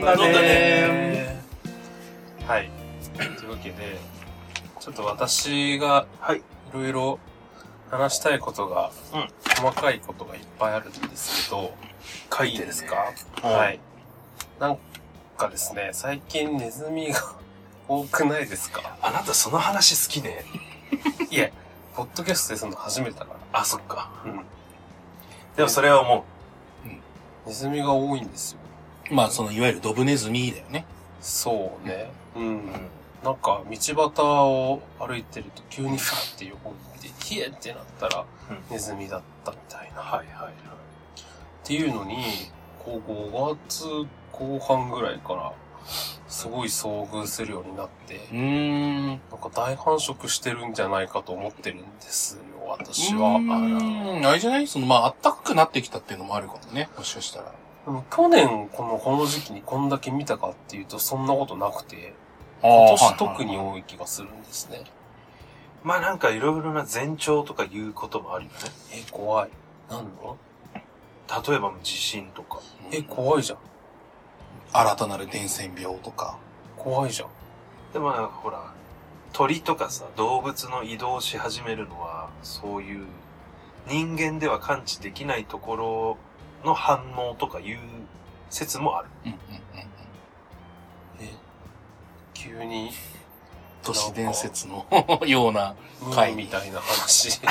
だね。 はい。というわけで、ちょっと私がいろいろ話したいことが、細かいことがいっぱいあるんですけど、 書いていいですか？はい。なんかですね、最近ネズミが多くないですか？ あなたその話好きね。 いえ、ポッドキャストでするの初めてだから。 あ、そっか。 うん。 でもそれは思ネズミが多いんですよ。 まあ、いわゆるドブネズミだよね。 そうね。なんか、道端を歩いてると急にファーって横にいて、ヒエってなったら、ネズミだったみたいな。 はいはいはい。 っていうのに、こう5月後半ぐらいから、すごい遭遇するようになって、なんか大繁殖してるんじゃないかと思ってるんですよ、私は。 あれじゃない？まあ、暖かくなってきたっていうのもあるかもね。もしかしたら。 でも去年この時期にこんだけ見たかっていうとそんなことなくて、今年特に多い気がするんですね。 まあなんかいろいろな前兆とかいうこともあるよね。 怖い。何の？ 例えば地震とか。 怖いじゃん。 新たなる伝染病とか。 怖いじゃん。 でもなんかほら、鳥とかさ、動物の移動し始めるのは、そういう人間では感知できないところの反応とかいう説もある。 急に都市伝説のような回みたいな話し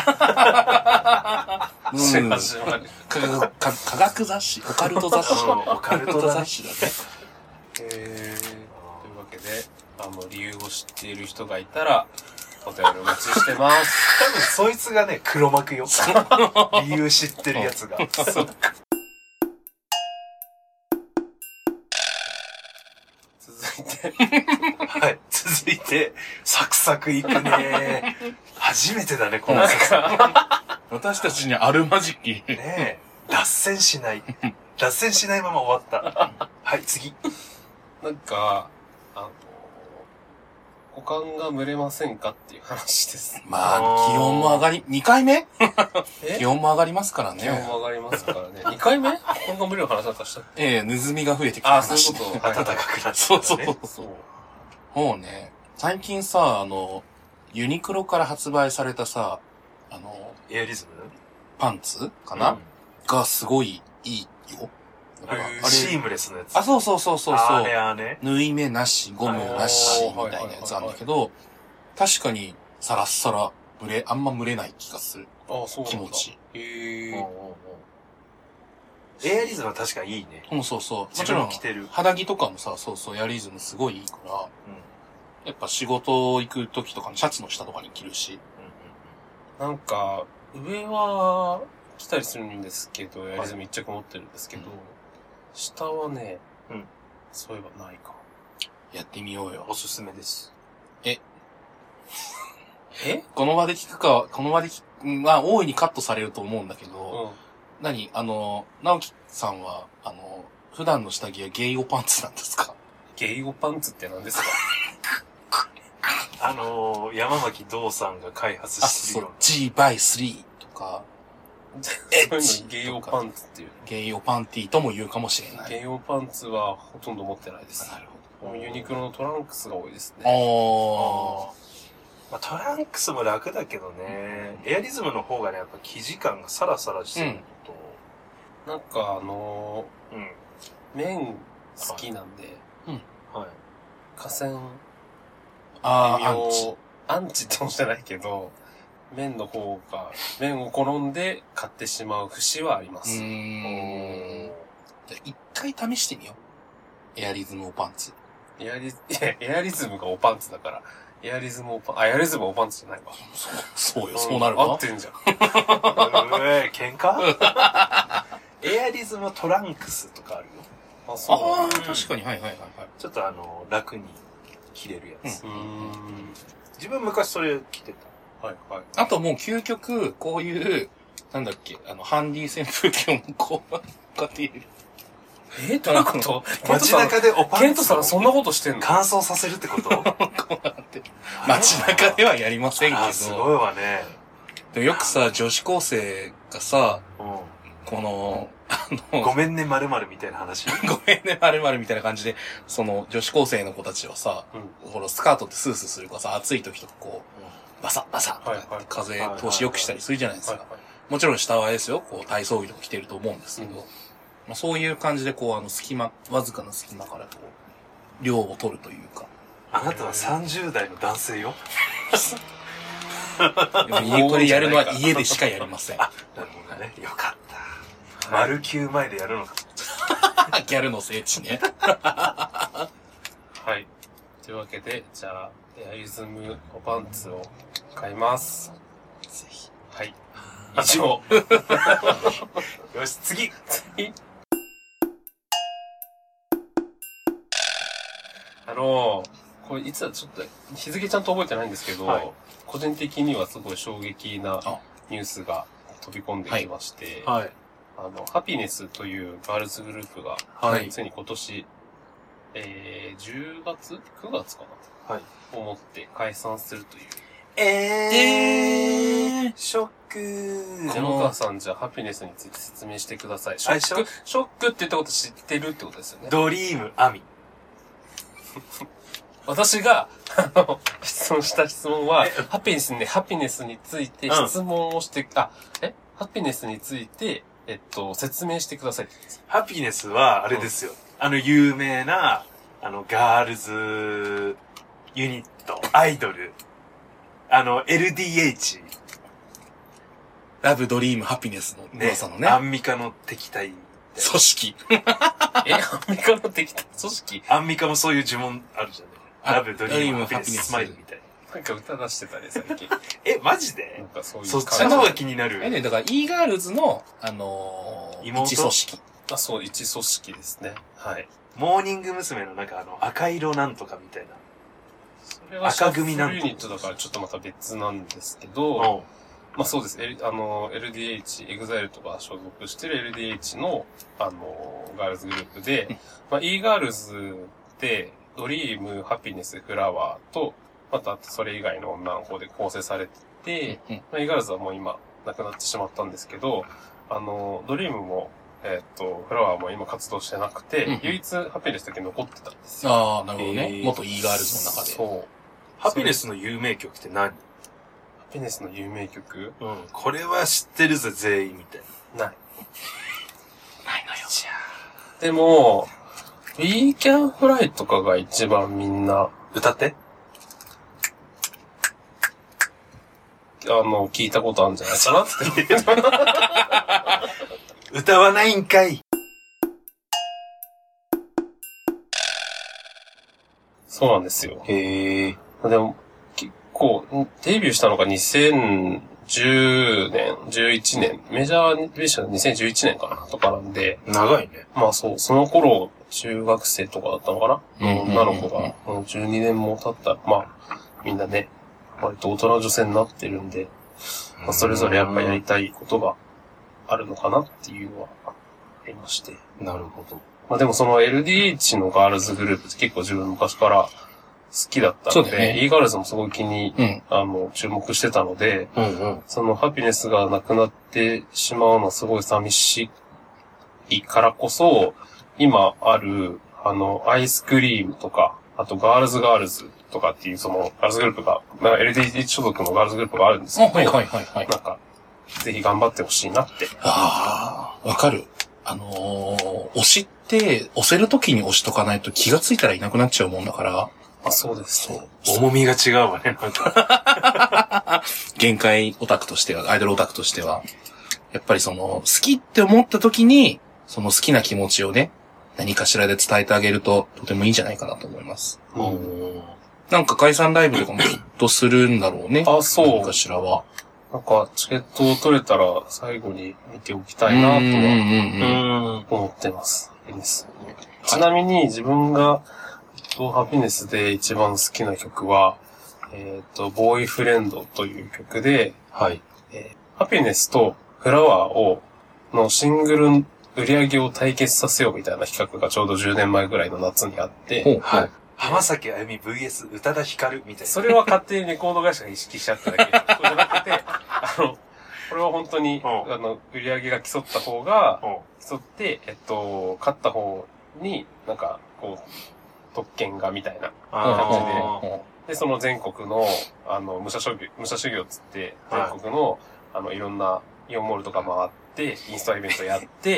始まる。 科学雑誌、オカルト雑誌。 オカルト雑誌だね。 というわけで、理由を知っている人がいたら、お便りお待ちしてます。 多分そいつがね、黒幕よ。理由知ってるやつが。はい。続いて、サクサクいくね。初めてだね、このサクサク。私たちにあるまじき。 ねえ。脱線しない。脱線しないまま終わった。はい、次。 なんか、股間が蒸れませんかっていう話です。 まあ、気温も上がり、2回目気温も上がりますからね。 気温も上がりますからね。2回目股間が蒸れる話なんかしたっけ？ ネズミが増えてきた話。 そういうこと。 暖かくなってきたね。 そう。もうね、最近さ、ユニクロから発売されたさ、 エアリズムパンツかな、がすごいいいよ。 シームレスのやつ。 そう。 あれ。 縫い目なし、ゴムなし、みたいなやつなんだけど、確かにサラッサラ、あんま蒸れない気がする。 そう気持ちいい。 エアリズムは確かにいいね。 そう。もちろん着てる。 肌着とかもさ、エアリズムすごいいいから、やっぱ仕事行く時とかのシャツの下とかに着るし。 なんか、上は着たりするんですけど、エアリズム一着持ってるんですけど、下はね、そういえばないか。 やってみようよ。 おすすめです。 この場でまあ、大いにカットされると思うんだけど、直樹さんは、普段の下着はゲイオパンツなんですか？ ゲイオパンツって何ですか？ 山巻道さんが開発してるような。 G by3 とか、 そういうのゲイオパンツっていう。 ゲイオパンティとも言うかもしれない。 ゲイオパンツはほとんど持ってないです。なるほど。ユニクロのトランクスが多いですね。 まあ、トランクスも楽だけどね、エアリズムの方がね、やっぱ生地感がサラサラしてると。 なんか麺好きなんで、河川、アンチってもしてないけど、麺の方が、麺を好んで買ってしまう節はあります。 じゃあ一回試してみよう。エアリズムおパンツ。 エアリズムがおパンツだから、エアリズムおパンツじゃないわ。 そうよ、そうなるわ。 合ってんじゃん。 喧嘩エアリズムトランクスとかあるよ。 確かに、はい。 ちょっと楽に着れるやつ。自分昔それ着てた。 あともう究極、こういう、なんだっけ、ハンディ扇風機をこうやって入れる。 どういうこと？ 街中でおパンツケントさんそんなことしてんの？ 乾燥させるってことこうやって。街中ではやりませんけど。 すごいわね。 でもよくさ、女子高生がさ、この、 ごめんね〇〇みたいな話。 ごめんね、〇〇みたいな感じで、その、女子高生の子たちはさ、このスカートってスースーするからさ、暑い時とかこう、バサッバサッとかって風通し良くしたりするじゃないですか。もちろん下はですよ、こう、体操着とか着てると思うんですけど、まあ、そういう感じでこう、隙間、わずかな隙間からこう、量を取るというか。 あなたは30代の男性よ。 でもこれやるのは家でしかやりません。 あ、なるほどね。よかった。丸9前でやるのか。 ギャルの聖地ね。 はい。というわけで、じゃあ、エアリズムおパンツを買います。 ぜひ。 はい。以上。 よし、次。 これいつはちょっと日付ちゃんと覚えてないんですけど、はい、個人的にはすごい衝撃なニュースが飛び込んできまして、 はい、 ハピネスというガールズグループが、 はい、 ついに今年、10月 ?9 月かな、はい、をもって解散するという。 ショック。 山川さん、じゃあハピネスについて説明してください。ショックって言ったこと知ってるってことですよね。 ドリームアミ。 私が、質問した質問は、ハピネスについて質問をして、ハピネスについて、説明してくださいって言うんです。 ハピネスは、あれですよ。有名な、ガールズユニット、アイドル、LDH。 ラブドリームハピネスの噂のね。 アンミカの敵対。 組織。 アンミカの敵対組織？ アンミカもそういう呪文あるじゃんね。ラブドリームハピネススマイルみたいな。なんか歌出してたね、最近。 マジで？ なんかそういう。 そっちの方が気になる。 だから e ガールズの、一組織。 そう、一組織ですね。はい。 モーニング娘。のなんか赤色なんとかみたいな。 それは赤組なんとか。ユニットだからちょっとまた別なんですけど、まあそうです。LDH、EXILE とか所属してる LDH の、ガールズグループで、まあ e ガールズで、ドリーム、ハピネス、フラワーと、またそれ以外の女の子で構成されてて、まあ e ガールズはもう今亡くなってしまったんですけど、ドリームも、フラワーも今活動してなくて、唯一ハピネスだけ残ってたんですよ。 ああ、なるほどね。元 e ガールズの中で。 そう。 ハピネスの有名曲って何？ハピネスの有名曲？ うん。これは知ってるぜ、全員みたいな。ない。 ないのよ。 でも、We Can Fly とかが一番みんな。 歌って聞いたことあるんじゃないかなって。 歌わないんかい。 そうなんですよ。 へえ。 でも、結構、デビューしたのが2010年、11年、メジャーデビューしたのが2011年かなとかなんで。 長いね。 まあそう、その頃、中学生とかだったのかな、女の子が、12年も経ったら、まあ、みんなね、割と大人の女性になってるんで、まあ、それぞれやっぱやりたいことがあるのかなっていうのはありまして。 なるほど。 まあでもその LDH のガールズグループって結構自分昔から好きだったので、ね、e ガールズもすごい気に、注目してたので、そのハピネスがなくなってしまうのはすごい寂しいからこそ、今ある、アイスクリームとか、あとガールズとかっていうそのガールズグループが、LDH 所属のガールズグループがあるんですけど、なんか、ぜひ頑張ってほしいなって。 ああ、わかる。推しって、押せるときに押しとかないと気がついたらいなくなっちゃうもんだから。 あ、そうです。 重みが違うわね、なんか。 限界オタクとしては、アイドルオタクとしては。やっぱり好きって思ったときに、その好きな気持ちをね、何かしらで伝えてあげると、とてもいいんじゃないかなと思います。なんか解散ライブとかもきっとするんだろうね。 あ、そう。 何かしらは。 なんか、チケットを取れたら最後に見ておきたいなとは思ってます。ちなみに自分がハピネスで一番好きな曲は、ボーイフレンドという曲で、 はい。 ハピネスとフラワーのシングル売り上げを対決させようみたいな企画がちょうど10年前ぐらいの夏にあって、 はい。浜崎あゆみ VS 宇多田ヒカルみたいな。 それは勝手にレコード会社が意識しちゃっただけ。そうじゃなくて、 これは本当に、売り上げが競った方が、競って、勝った方に、なんか、こう、特権がみたいな感じで、で、その全国の、武者修行つって、全国の、いろんなイオンモールとか回って、インストイベントやって、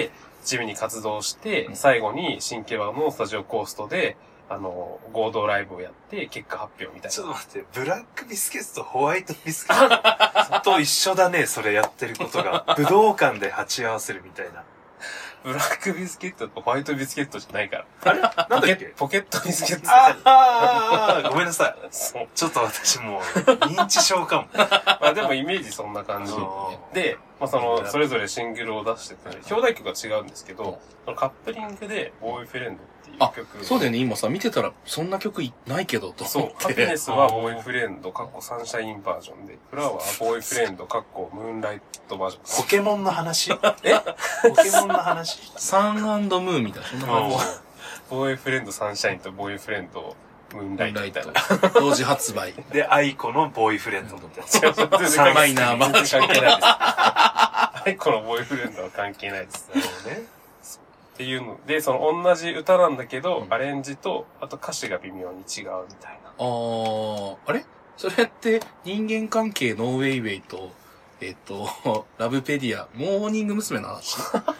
地味に活動して、最後に新ケバのスタジオコーストで、合同ライブをやって、結果発表みたいな。 ちょっと待って、ブラックビスケットとホワイトビスケットと一緒だね、それやってることが。武道館で鉢合わせるみたいな。 ブラックビスケットとホワイトビスケットじゃないから。 あれなんだっけポケットビスケット。 ごめんなさい。ちょっと私もう、認知症かも。 まあでもイメージそんな感じ。で、まあそれぞれシングルを出してて、表題曲は違うんですけど、そのカップリングで、ボーイフレンドっていう曲。 そうだよね、今さ、見てたら、そんな曲ないけど、と思って。 そう、ハピネスはボーイフレンド、サンシャインバージョンで、フラワーはボーイフレンド、ムーンライトバージョン。 ポケモンの話ポケモンの話サン&ムーンみたいな、そんな感じ。 ボーイフレンドサンシャインとボーイフレンドムーンライトみたいな。 同時発売。 で、アイコのボーイフレンドみたいな。マイナーバージョン。 関係ないです。アイコのボーイフレンドは関係ないです。っていうので、その同じ歌なんだけど、アレンジと、あと歌詞が微妙に違うみたいな。 あれそれって人間関係ノーウェイウェイと、ラブペディア、モーニング娘。の話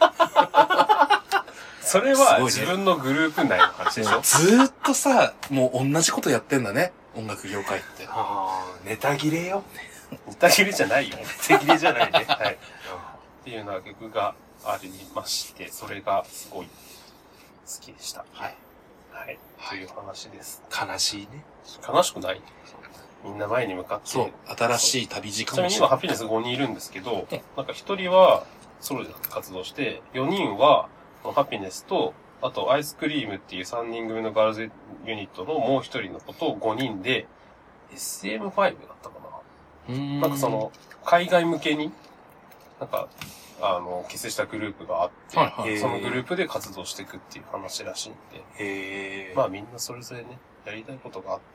それは自分のグループ内の話でしょ、 ずーっとさ、もう同じことやってんだね。音楽業界って。 ネタ切れよ。 ネタ切れじゃないよ。 ネタ切れじゃないね。 はい。っていうような曲がありまして、それがすごい好きでした。 はい。 はい。という話です。 悲しいね。 悲しくない？みんな前に向かって。 そう。新しい旅路かもしれない。 ちなみに今ハピネス5人いるんですけど、なんか1人はソロで活動して、4人はハピネスと、あとアイスクリームっていう3人組のガールズユニットのもう1人の子と5人で、SM5 だったかな。なんかその、海外向けに、なんか、結成したグループがあって、はいはい、そのグループで活動していくっていう話らしいんで、まあみんなそれぞれね、やりたいことがあって、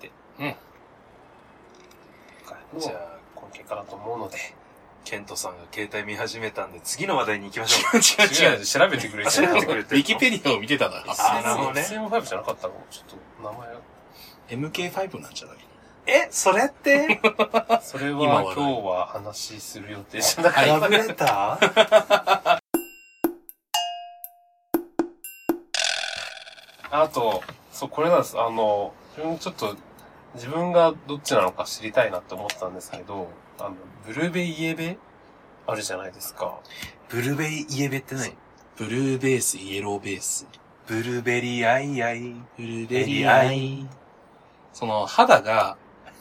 じゃあ、根拠かなと思うので、 ケントさんが携帯見始めたんで、次の話題に行きましょう。 違う、調べてくれて。 調べてくれて。 ウィキペディアを見てたな。 なるほどね。SM5 じゃなかったの？ちょっと、名前。 MK5 なんじゃない？ それってそれは今日は話する予定じゃない。 ラブレターあと、そう、これなんです。ちょっと、自分がどっちなのか知りたいなって思ってたんですけど、ブルベイエベあるじゃないですか。 ブルベイエベって何？ ブルーベース、イエローベース。 ブルベリアイアイ。 ブルベリアイ。その、肌が、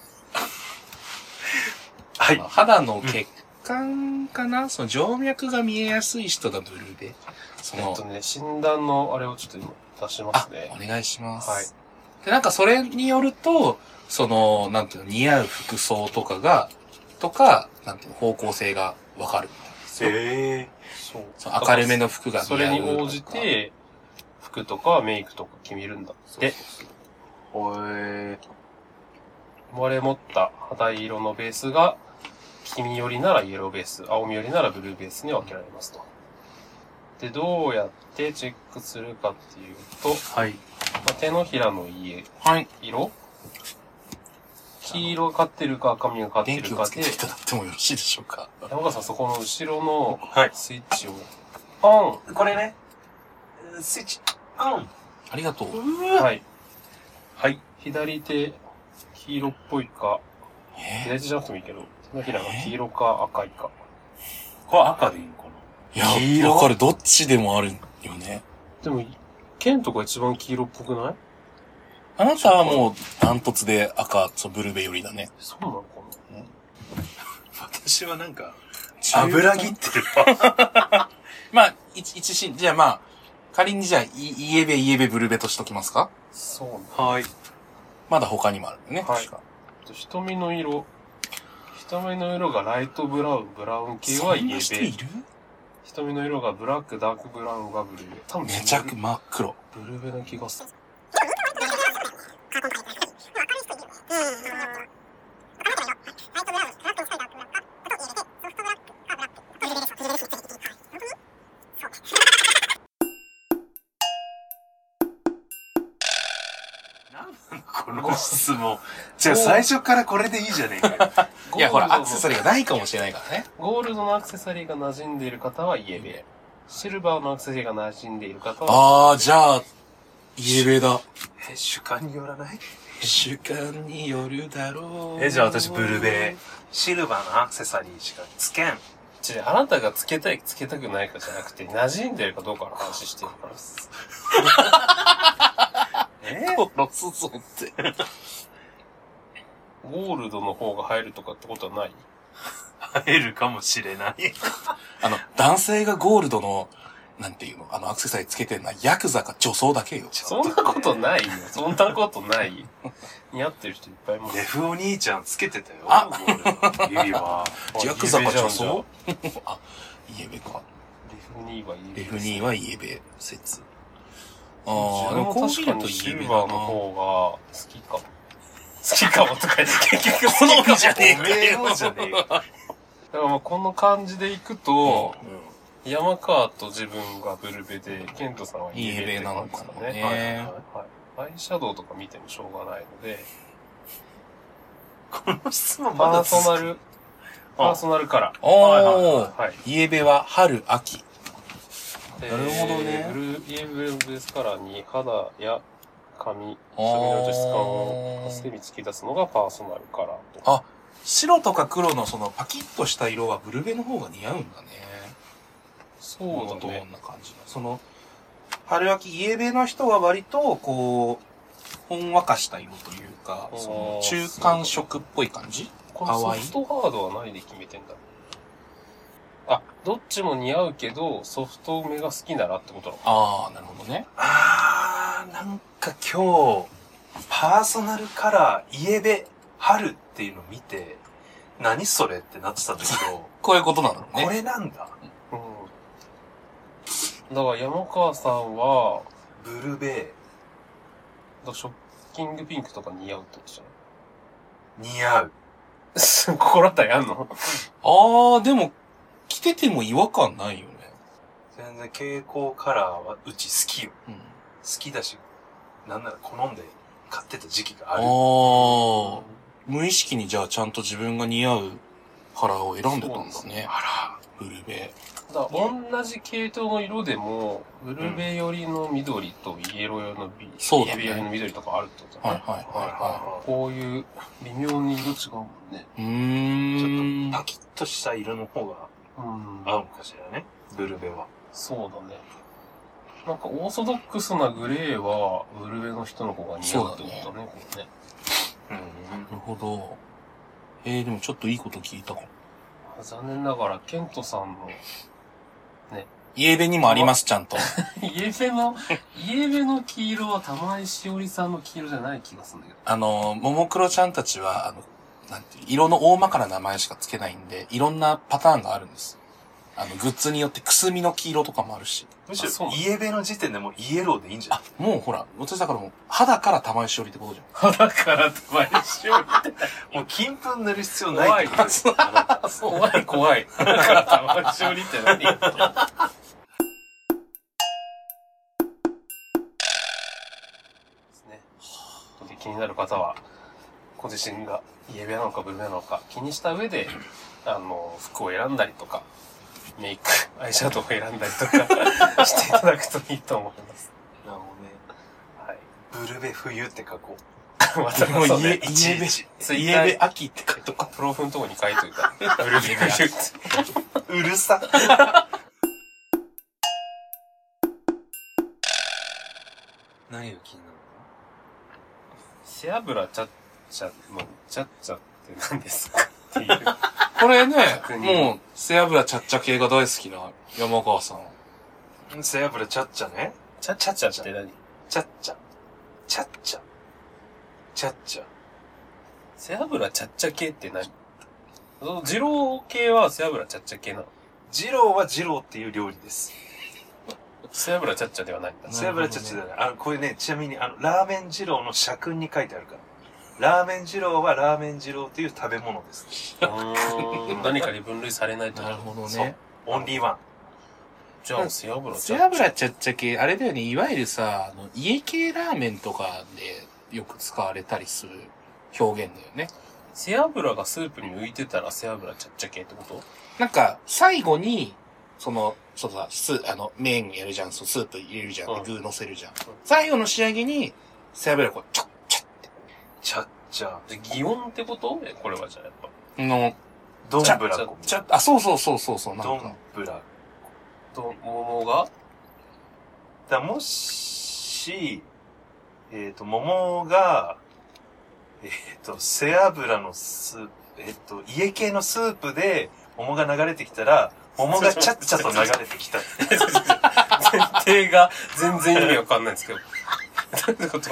はい。肌の血管かな、その静脈が見えやすい人がブルベ。 診断のあれをちょっと今出しますね。 お願いします。 はい。 で、なんかそれによると、その、なんていうの、似合う服装とか、なんていうの、方向性がわかるみたいですよ。そう。明るめの服が似合う。 それに応じて、服とかメイクとか決めるんだって。生まれ持った肌色のベースが、黄身寄りならイエローベース、青み寄りならブルーベースに分けられますと。で、どうやってチェックするかっていうと、 はい。 手のひらの色、黄色がかってるか赤みがかってるかで。 電気をつけていただいてもよろしいでしょうか。 山川さん、そこの後ろのスイッチを、オン。 これね。スイッチ、オン。 ありがとう。 はい。はい。左手、黄色っぽいか、左手じゃなくてもいいけど、手のひらが黄色か赤いか。 これ赤でいいのかな？ いや、わかる。どっちでもあるよね。 でも、ケンとか一番黄色っぽくない？ あなたはもうダントツで赤、ブルベよりだね。 そうなのかな？ 私はなんか、油切ってるわ。まあ、じゃあまあ、仮にじゃあ、イエベブルベとしときますか？ そうね。 はい。 まだ他にもあるんだね。 はい。瞳の色がライトブラウン系はイエベ。 そんな人いる？ 瞳の色がブラック、ダークブラウンがブルベ。多分めちゃく真っ黒。 ブルベな気がする。 この質問。じゃあ最初からこれでいいじゃねえかよ。 いや、ほら、アクセサリーがないかもしれないからね。 ゴールドのアクセサリーが馴染んでいる方はイエベ。シルバーのアクセサリーが馴染んでいる方はじゃあ、イエベだ。 主観によらない？ 主観によるだろう。 じゃあ私ブルベ。シルバーのアクセサリーしかつけん。 あなたがつけたい、つけたくないかじゃなくて、馴染んでるかどうかの話してるからです。 殺すぞって。 ゴールドの方が入るとかってことはない？ 入るかもしれない。 男性がゴールドの、なんていうの、アクセサリーつけてんのはヤクザか女装だけよ。 そんなことないよ。そんなことないよ。似合ってる人いっぱいいます。 レフお兄ちゃんつけてたよ。 あゴールドの指輪。 ヤクザか女装イエベか。 レフ2はイエベ。 レフ2はイエベ説。 でも確かにシルバーの方が好きかも。好きかもとか言って結局好みじゃねえかよ。じゃねえよ。 だからまあこの感じでいくと、山川と自分がブルベで、ケントさんはイエベって感じですかね。アイシャドウとか見てもしょうがないので、 この質問パーソナルカラー。 はい。イエベは春、秋。 なるほどね。イエベベースカラーに肌や髪、髪の女質感をパステルに突き出すのがパーソナルカラーと。 白とか黒のそのパキッとした色はブルベの方が似合うんだね。 そうだね。 どんな感じその、春秋イエベの人は割と、こう、ほんわかした色というか、その中間色っぽい感じ？ このソフトハードは何で決めてんだろう？どっちも似合うけど、ソフト目が好きならってことなの？ なるほどね。 なんか今日、パーソナルカラー、イエベ、春っていうのを見て、何それってなってたんだけど、 こういうことなのね。 これなんだ。 だから山川さんは、 ブルベショッキングピンクとか似合うってことじゃ似合う。 心当たりあんの？ でも、着てても違和感ないよね。 全然蛍光カラーはうち好きよ。好きだし、なんなら好んで買ってた時期がある。無意識にじゃあちゃんと自分が似合うカラーを選んでたんだね。ブルベ。 同じ系統の色でも、ブルベ寄りの緑とイエロー寄りのそうだね。 イエベ寄りの緑とかあるってことだね。こういう微妙に色違うもんね。 ちょっとパキッとした色の方が合うのかしらね。ブルベは。 そうだね。なんかオーソドックスなグレーは、ブルベの人の方が似合うってことだね、これね。 なるほど。でもちょっといいこと聞いたかも。 残念ながら、ケントさんの、ね。 イエベにもあります、ちゃんと。 イエベの黄色は玉井しおりさんの黄色じゃない気がするんだけど。 ももクロちゃんたちは、なんていう、色の大まかな名前しかつけないんで、いろんなパターンがあるんです。グッズによってくすみの黄色とかもあるし。 むしろ、イエベの時点でもうイエローでいいんじゃない？ もうほら、私だからもう、肌から玉井しおりってことじゃん。肌から玉井しおりって。 もう金粉塗る必要ないってことです。 怖い。肌から玉井しおりって何？ですね。気になる方は、ご自身がイエベなのかブルベなのか気にした上で、服を選んだりとか、メイク、アイシャドウを選んだりとかしていただくといいと思います。 なるほどね。はい。ブルベ冬って書こう。またもうイエベ秋って書いとか。 プロフのとこに書いといた。ブルベ冬って。 うるさ。何が気になるの？ 背脂チャッチャのチャッチャって何ですかっていう。 これね、もう、背脂チャッチャ系が大好きな山川さん。 背脂チャッチャね。 チャッチャって何？ チャッチャ。チャッチャ。チャッチャ。 背脂チャッチャ系って何？二郎系は背脂チャッチャ系なの？ 二郎は二郎っていう料理です。 背脂チャッチャではないんだ。 背脂チャッチャだね。これね、ちなみにラーメン二郎の社訓に書いてあるから。ラーメン二郎はラーメン二郎という食べ物です。 何かに分類されないと。 なるほどね。 オンリーワン。 じゃあ、背脂チャッチャ系、あれだよね、いわゆるさ、家系ラーメンとかでよく使われたりする表現だよね。 背脂がスープに浮いてたら背脂ちゃっちゃ系ってこと？ なんか、最後に、麺やるじゃん、スープ入れるじゃん、具乗せるじゃん。最後の仕上げに、背脂こう、ちゃっちゃって。 ちゃっちゃ。 擬音ってこと？これはじゃあやっぱ。 どんぶらこ。 そう、なんか。 どんぶらこ。桃が？ もし、桃が、背脂のスープ、家系のスープで桃が流れてきたら、桃がちゃっちゃと流れてきた。 前提が全然意味わかんないんですけど。どういうこと？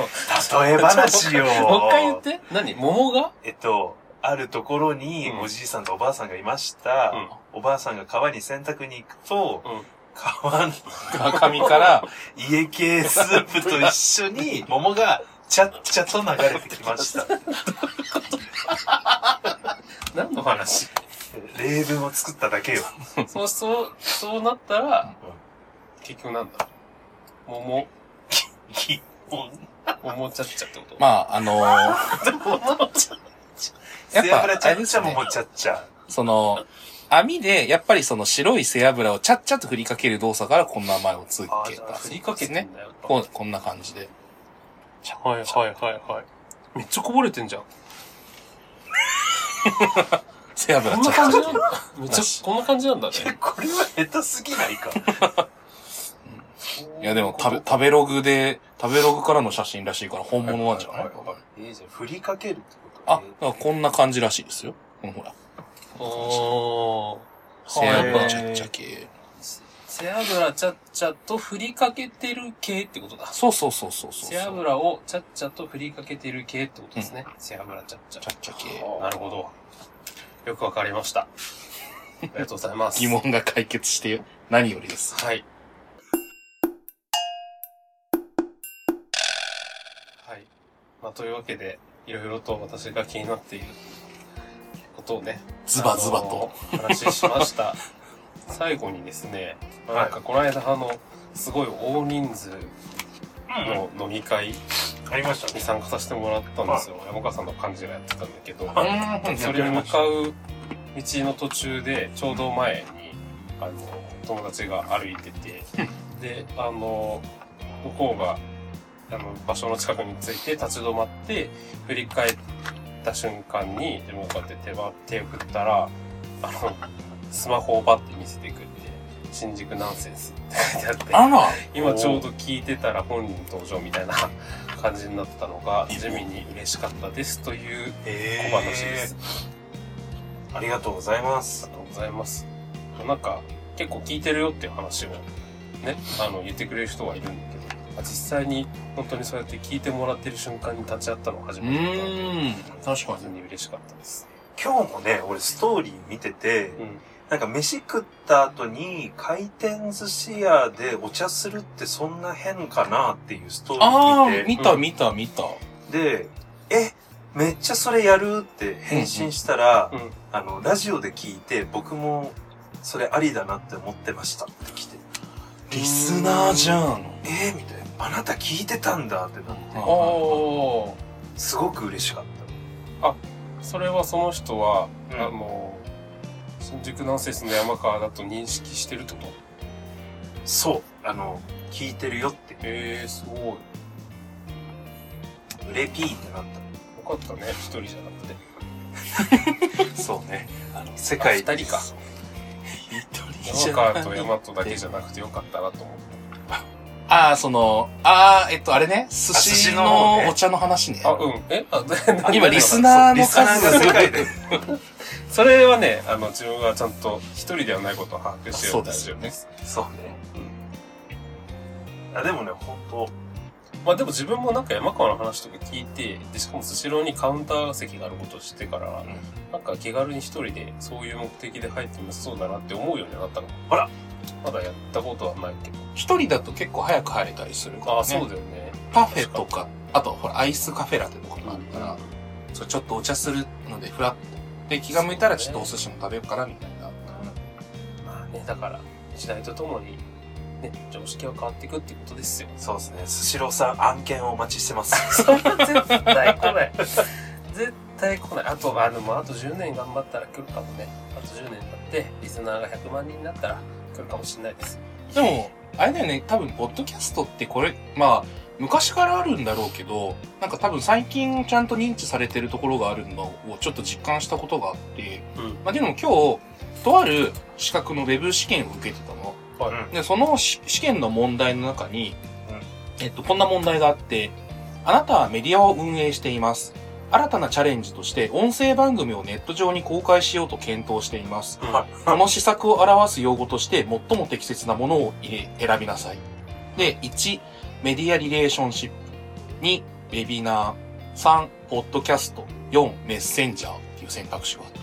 例え話よ。 もう一回言って。何？桃が？ あるところにおじいさんとおばあさんがいました。おばあさんが川に洗濯に行くと、川の上から、 家系スープと一緒に桃がちゃっちゃと流れてきました。 何の話？ 例文を作っただけよ。 そうなったら、結局なんだ？桃ちゃっちゃってこと？ まあ、 やっぱ、背脂ちゃっちゃ桃ちゃっちゃ。 網で、やっぱり白い背脂をちゃっちゃっと振りかける動作からこんな名前をつけた。 振りかけてんだよ。 こんな感じで。 はい。めっちゃこぼれてんじゃん。 背脂こんな感じなんだ。めっちゃ、こんな感じなんだね。 これは下手すぎないか。 いやでも、食べログからの写真らしいから本物なんじゃない？ じゃあ振りかけるってこと？ だからこんな感じらしいですよ。ほら。背脂ちゃっちゃ系。 背脂ちゃっちゃと振りかけてる系ってことだ。 そう。 背脂をちゃっちゃと振りかけてる系ってことですね。背脂ちゃっちゃ。 ちゃっちゃ系。 なるほど。よくわかりました。ありがとうございます。 疑問が解決して何よりです。 はい。というわけで、いろいろと私が気になっていることをね、 ズバズバと話しました。最後にですね、なんかこの間すごい大人数の飲み会に参加させてもらったんですよ。山川さんの幹事がやってたんだけど、それに向かう道の途中で、ちょうど前に、友達が歩いてて、で、向こうが、場所の近くについて立ち止まって、振り返った瞬間に、自分がこうやって手を振ったら、スマホをバッて見せてくれて、新宿ナンセンスって書いてあって、今ちょうど聞いてたら本人登場みたいな感じになったのが、地味に嬉しかったですという小話です。 ありがとうございます。 ありがとうございます。なんか、結構聞いてるよっていう話をね、言ってくれる人はいるんだけど、実際に本当にそうやって聞いてもらってる瞬間に立ち会ったのが初めてだったので、確かに嬉しかったです。 今日もね、俺ストーリー見てて、なんか飯食った後に回転寿司屋でお茶するってそんな変かなっていうストーリー見て。 見た。 で、めっちゃそれやるって返信したら、ラジオで聞いて僕もそれありだなって思ってましたって来て。 リスナーじゃん。 みたいな。あなた聞いてたんだってなって。すごく嬉しかった。 それはその人は、新宿ナンセンスの山川だと認識してるってこと？ そう。聞いてるよって。 すごい。 うれぴーってなった。 よかったね、一人じゃなくて。 そうね。世界二人か。山川と大和だけじゃなくてよかったなと思った。 あれね、寿司のお茶の話ね。今リスナーの数が世界で。 それはね、自分はちゃんと一人ではないことを把握してる。 そうですよね。 そうね。でもね、本当。 でも自分もなんか山川の話とか聞いて、で、しかもスシローにカウンター席があることを知ってから、なんか気軽に一人でそういう目的で入ってもそうだなって思うようになったの。 あら！ まだやったことはないけど。 一人だと結構早く入れたりするからね。 そうだよね。 パフェとか、あとほら、アイスカフェラテとかもあるから、それちょっとお茶するのでフラッと。で、気が向いたらちょっとお寿司も食べようかな、みたいな。 まあね、だから、時代とともに、 ね、常識は変わっていくってことですよ。 そうですね。スシローさん案件をお待ちしてます。 そんな絶対来ない。絶対来ない。あと10年頑張ったら来るかもね。あと10年経って、リスナーが100万人になったら来るかもしれないです。 でも、あれだよね、多分、ポッドキャストってこれ、まあ、昔からあるんだろうけど、なんか多分最近ちゃんと認知されてるところがあるのをちょっと実感したことがあって、まあでも今日、とある資格のウェブ試験を受けてたの。で、その試験の問題の中に、こんな問題があって、あなたはメディアを運営しています。新たなチャレンジとして音声番組をネット上に公開しようと検討しています。この施策を表す用語として最も適切なものを選びなさい。で、1、メディアリレーションシップ。2、ウェビナー。3、ポッドキャスト。4、メッセンジャーっていう選択肢があって、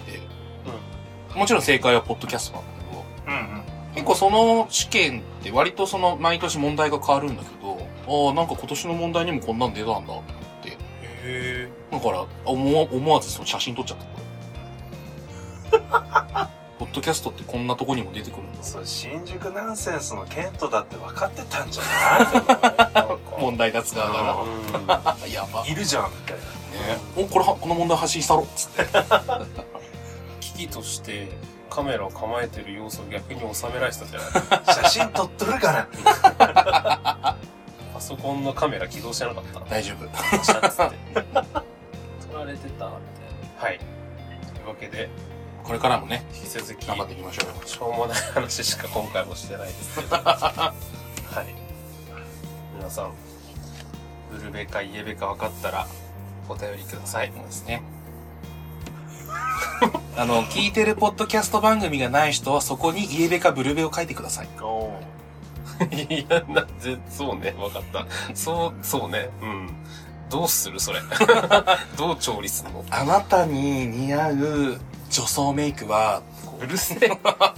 もちろん正解はポッドキャストなんだけど、結構その試験って割とその毎年問題が変わるんだけど、なんか今年の問題にもこんなん出たんだって。だから、思わずその写真撮っちゃった、これ。ポッドキャストってこんなとこにも出てくるんだ。 そう、新宿ナンセンスのケントだって分かってたんじゃない問題が使うから。やば。 いるじゃん、みたいな。 ね、この問題発信したろっつって。 危機として、カメラを構えてる様子を逆に収められてたじゃない写真撮っとるからパソコンのカメラ起動してなかった大丈夫。 シャッつって撮られてたみたいな。はい。というわけで、 これからもね、 引き続き頑張っていきましょうよ。 しょうもない話しか今回もしてないですけど。はい。皆さん、ブルベかイエベか分かったら、お便りください。 そうですね。聞いてるポッドキャスト番組がない人はそこにイエベかブルベを書いてください。 いや、そうね、分かった。そうね。うん。どうするそれ。どう調理するの？ あなたに似合う女装メイクは、 うるせえ。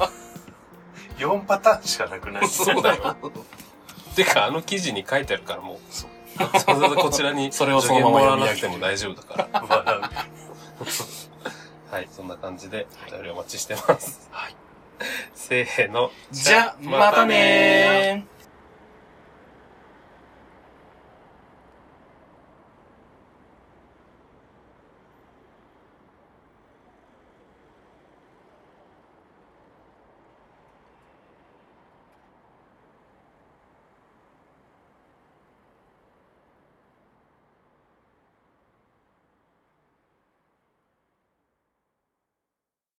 4パターンしかなくない？ そうだよ。てか、記事に書いてあるからもう。そう。わざわざこちらに、 それをそのまま読み上げても大丈夫だから。 笑う。 はい、そんな感じで、お便りお待ちしてます。 はい。 せーの。 じゃ、またねー。